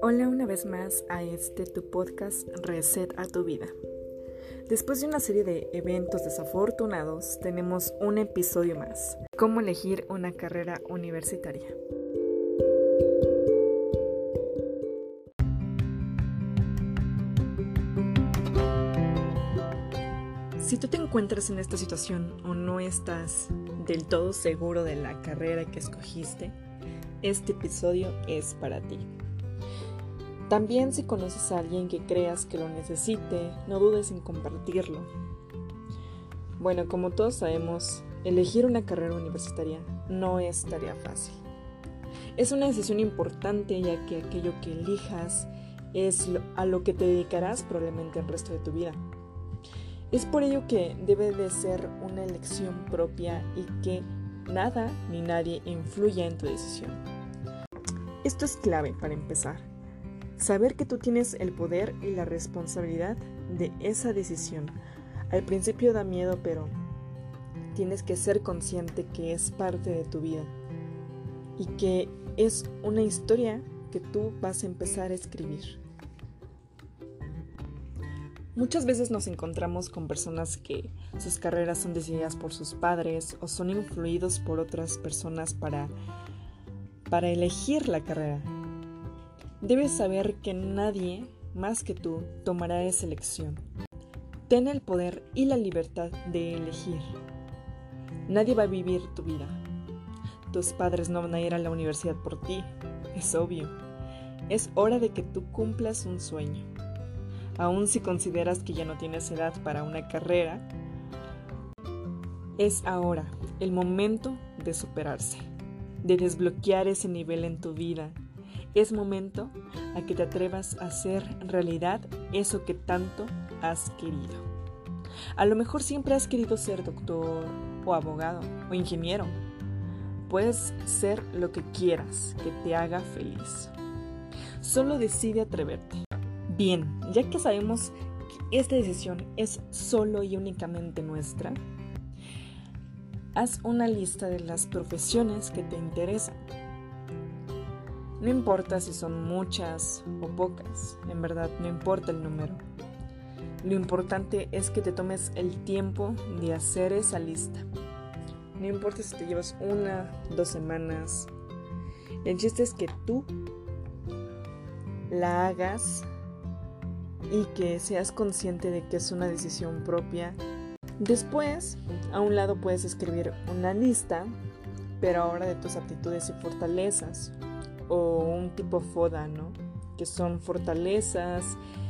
Hola una vez más a tu podcast Reset a tu vida. Después de una serie de eventos desafortunados, tenemos un episodio más. ¿Cómo elegir una carrera universitaria? Si tú te encuentras en esta situación o no estás del todo seguro de la carrera que escogiste, este episodio es para ti. También si conoces a alguien que creas que lo necesite, no dudes en compartirlo. Bueno, como todos sabemos, elegir una carrera universitaria no es tarea fácil. Es una decisión importante ya que aquello que elijas es a lo que te dedicarás probablemente el resto de tu vida. Es por ello que debe de ser una elección propia y que nada ni nadie influya en tu decisión. Esto es clave para empezar. Saber que tú tienes el poder y la responsabilidad de esa decisión. Al principio da miedo, pero tienes que ser consciente que es parte de tu vida y que es una historia que tú vas a empezar a escribir. Muchas veces nos encontramos con personas que sus carreras son decididas por sus padres o son influidos por otras personas para elegir la carrera. Debes saber que nadie más que tú tomará esa elección. Ten el poder y la libertad de elegir. Nadie va a vivir tu vida. Tus padres no van a ir a la universidad por ti, es obvio. Es hora de que tú cumplas un sueño. Aun si consideras que ya no tienes edad para una carrera, es ahora el momento de superarse, de desbloquear ese nivel en tu vida. Es momento a que te atrevas a hacer realidad eso que tanto has querido. A lo mejor siempre has querido ser doctor o abogado o ingeniero. Puedes ser lo que quieras que te haga feliz. Solo decide atreverte. Bien, ya que sabemos que esta decisión es solo y únicamente nuestra, haz una lista de las profesiones que te interesan. No importa si son muchas o pocas, en verdad no importa el número. Lo importante es que te tomes el tiempo de hacer esa lista. No importa si te llevas 1, 2 semanas. El chiste es que tú la hagas y que seas consciente de que es una decisión propia. Después, a un lado puedes escribir una lista, pero ahora de tus aptitudes y fortalezas, o un tipo FODA, ¿no? Que son fortalezas,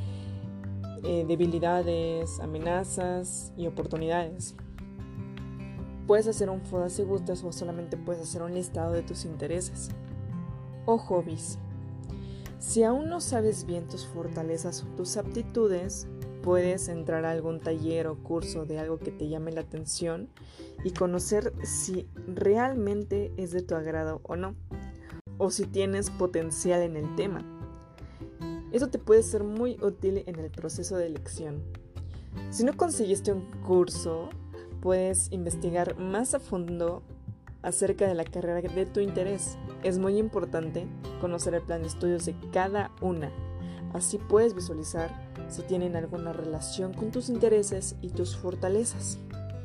debilidades, amenazas y oportunidades. Puedes hacer un FODA si gustas o solamente puedes hacer un listado de tus intereses o hobbies. Si aún no sabes bien tus fortalezas o tus aptitudes, puedes entrar a algún taller o curso de algo que te llame la atención y conocer si realmente es de tu agrado o no, o si tienes potencial en el tema. Eso te puede ser muy útil en el proceso de elección. Si no conseguiste un curso, puedes investigar más a fondo acerca de la carrera de tu interés. Es muy importante conocer el plan de estudios de cada una. Así puedes visualizar si tienen alguna relación con tus intereses y tus fortalezas.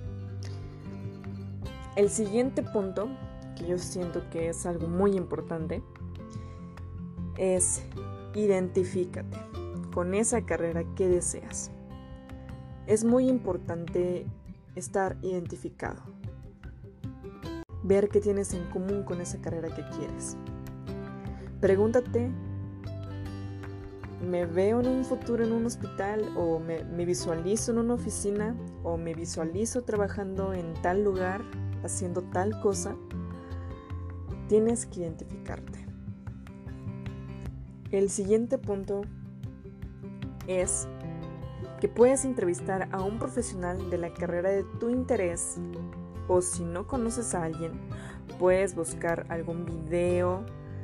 El siguiente punto, que yo siento que es algo muy importante, es identifícate con esa carrera que deseas. Es muy importante estar identificado. Ver qué tienes en común con esa carrera que quieres. Pregúntate, ¿me veo en un futuro en un hospital? ¿O me visualizo en una oficina? ¿O me visualizo trabajando en tal lugar, haciendo tal cosa? Tienes que identificarte. El siguiente punto es que puedes entrevistar a un profesional de la carrera de tu interés. O si no conoces a alguien, puedes buscar algún video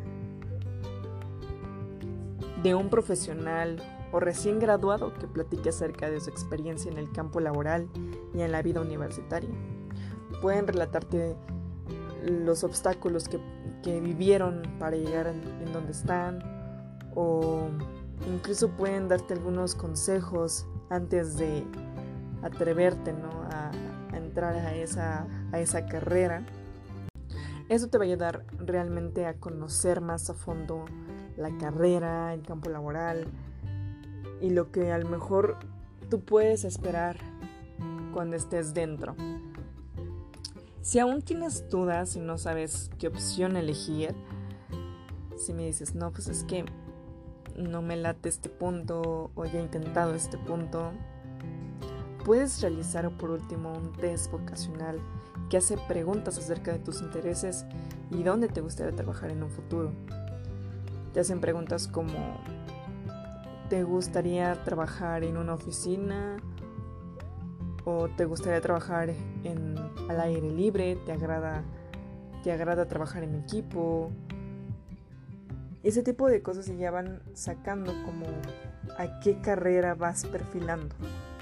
de un profesional o recién graduado que platique acerca de su experiencia en el campo laboral y en la vida universitaria. Pueden relatarte los obstáculos que vivieron para llegar en donde están, o incluso pueden darte algunos consejos antes de atreverte, ¿no? a entrar a esa carrera. Eso te va a ayudar realmente a conocer más a fondo la carrera, el campo laboral y lo que a lo mejor tú puedes esperar cuando estés dentro. Si aún tienes dudas y no sabes qué opción elegir, si me dices, no, pues es que no me late este punto o ya he intentado este punto, puedes realizar por último un test vocacional que hace preguntas acerca de tus intereses y dónde te gustaría trabajar en un futuro. Te hacen preguntas como, ¿te gustaría trabajar en una oficina? ¿O te gustaría trabajar al aire libre? ¿Te agrada trabajar en equipo? Ese tipo de cosas ya van sacando como a qué carrera vas perfilando.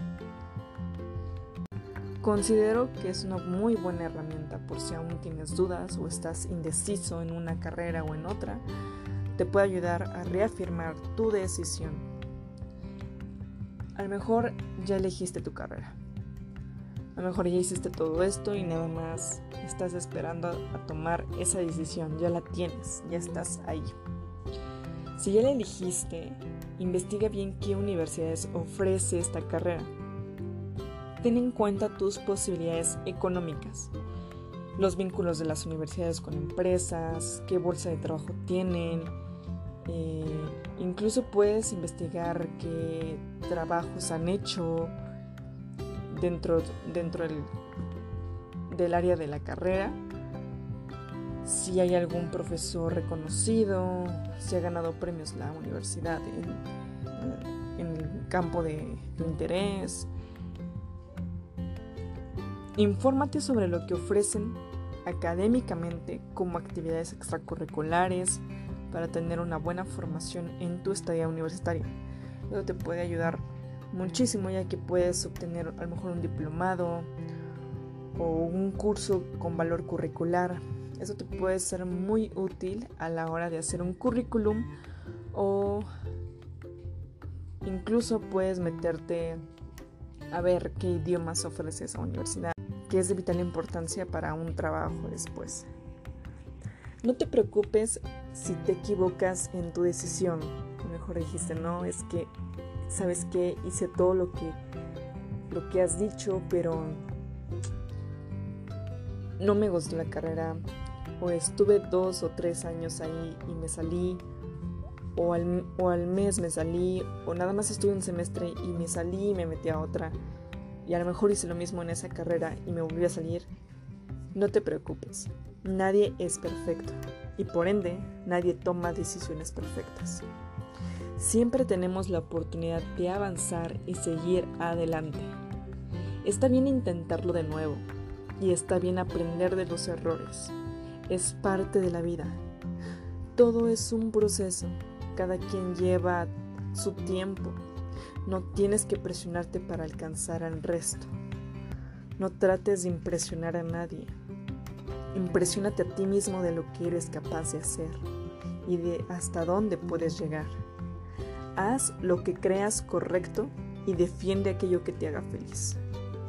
Considero que es una muy buena herramienta por si aún tienes dudas o estás indeciso en una carrera o en otra. Te puede ayudar a reafirmar tu decisión. A lo mejor ya elegiste tu carrera. A lo mejor ya hiciste todo esto y nada más estás esperando a tomar esa decisión. Ya la tienes, ya estás ahí. Si ya la elegiste, investiga bien qué universidades ofrece esta carrera. Ten en cuenta tus posibilidades económicas, los vínculos de las universidades con empresas, qué bolsa de trabajo tienen. Incluso puedes investigar qué trabajos han hecho dentro del área de la carrera, si hay algún profesor reconocido, si ha ganado premios la universidad en el campo de tu interés. Infórmate sobre lo que ofrecen académicamente como actividades extracurriculares para tener una buena formación en tu estadía universitaria. Eso te puede ayudar muchísimo, ya que puedes obtener a lo mejor un diplomado o un curso con valor curricular. Eso te puede ser muy útil a la hora de hacer un currículum, o incluso puedes meterte a ver qué idiomas ofrece esa universidad, que es de vital importancia para un trabajo después. No te preocupes si te equivocas en tu decisión. A lo mejor dijiste, no, es que, ¿sabes qué? Hice todo lo que has dicho, pero no me gustó la carrera, o estuve 2 o 3 años ahí y me salí, o al mes me salí, o nada más estuve un semestre y me salí y me metí a otra, y a lo mejor hice lo mismo en esa carrera y me volví a salir. No te preocupes, nadie es perfecto y por ende nadie toma decisiones perfectas. Siempre tenemos la oportunidad de avanzar y seguir adelante. Está bien intentarlo de nuevo y está bien aprender de los errores. Es parte de la vida. Todo es un proceso. Cada quien lleva su tiempo. No tienes que presionarte para alcanzar al resto. No trates de impresionar a nadie. Impresiónate a ti mismo de lo que eres capaz de hacer y de hasta dónde puedes llegar. Haz lo que creas correcto y defiende aquello que te haga feliz.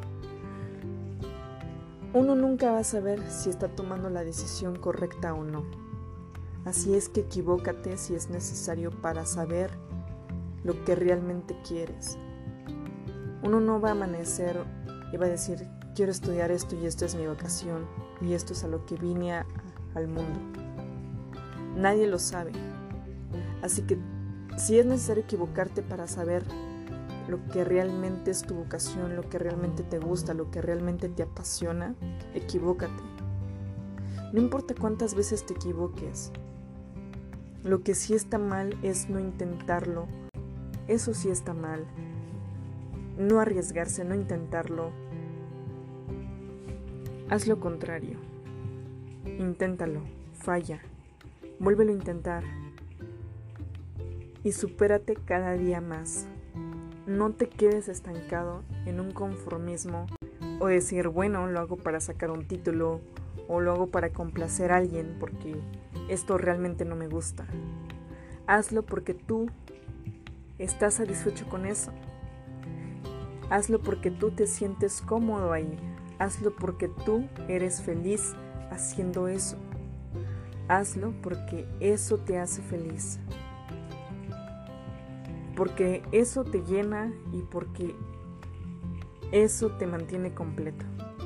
Uno nunca va a saber si está tomando la decisión correcta o no. Así es que equivócate si es necesario para saber lo que realmente quieres. Uno no va a amanecer y va a decir, quiero estudiar esto y esto es mi vocación y esto es a lo que vine al mundo. Nadie lo sabe. Así que si es necesario equivocarte para saber lo que realmente es tu vocación, lo que realmente te gusta, lo que realmente te apasiona, equivócate. No importa cuántas veces te equivoques. Lo que sí está mal es no intentarlo. Eso sí está mal. No arriesgarse, no intentarlo. Haz lo contrario. Inténtalo, falla, vuélvelo a intentar y supérate cada día más. No te quedes estancado en un conformismo o decir, bueno, lo hago para sacar un título o lo hago para complacer a alguien porque esto realmente no me gusta. Hazlo porque tú estás satisfecho con eso. Hazlo porque tú te sientes cómodo ahí. Hazlo porque tú eres feliz haciendo eso. Hazlo porque eso te hace feliz. Porque eso te llena y porque eso te mantiene completo.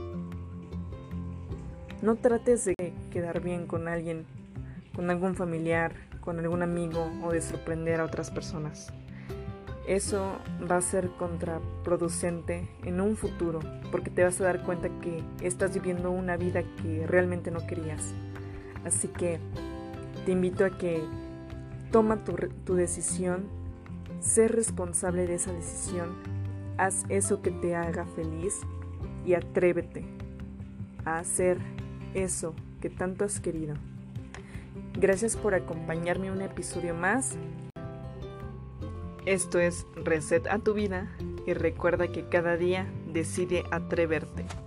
No trates de quedar bien con alguien, con algún familiar, con algún amigo o de sorprender a otras personas. Eso va a ser contraproducente en un futuro porque te vas a dar cuenta que estás viviendo una vida que realmente no querías. Así que te invito a que toma tu decisión, sé responsable de esa decisión, haz eso que te haga feliz y atrévete a hacer eso que tanto has querido. Gracias por acompañarme en un episodio más. Esto es Reset a tu vida y recuerda que cada día decide atreverte.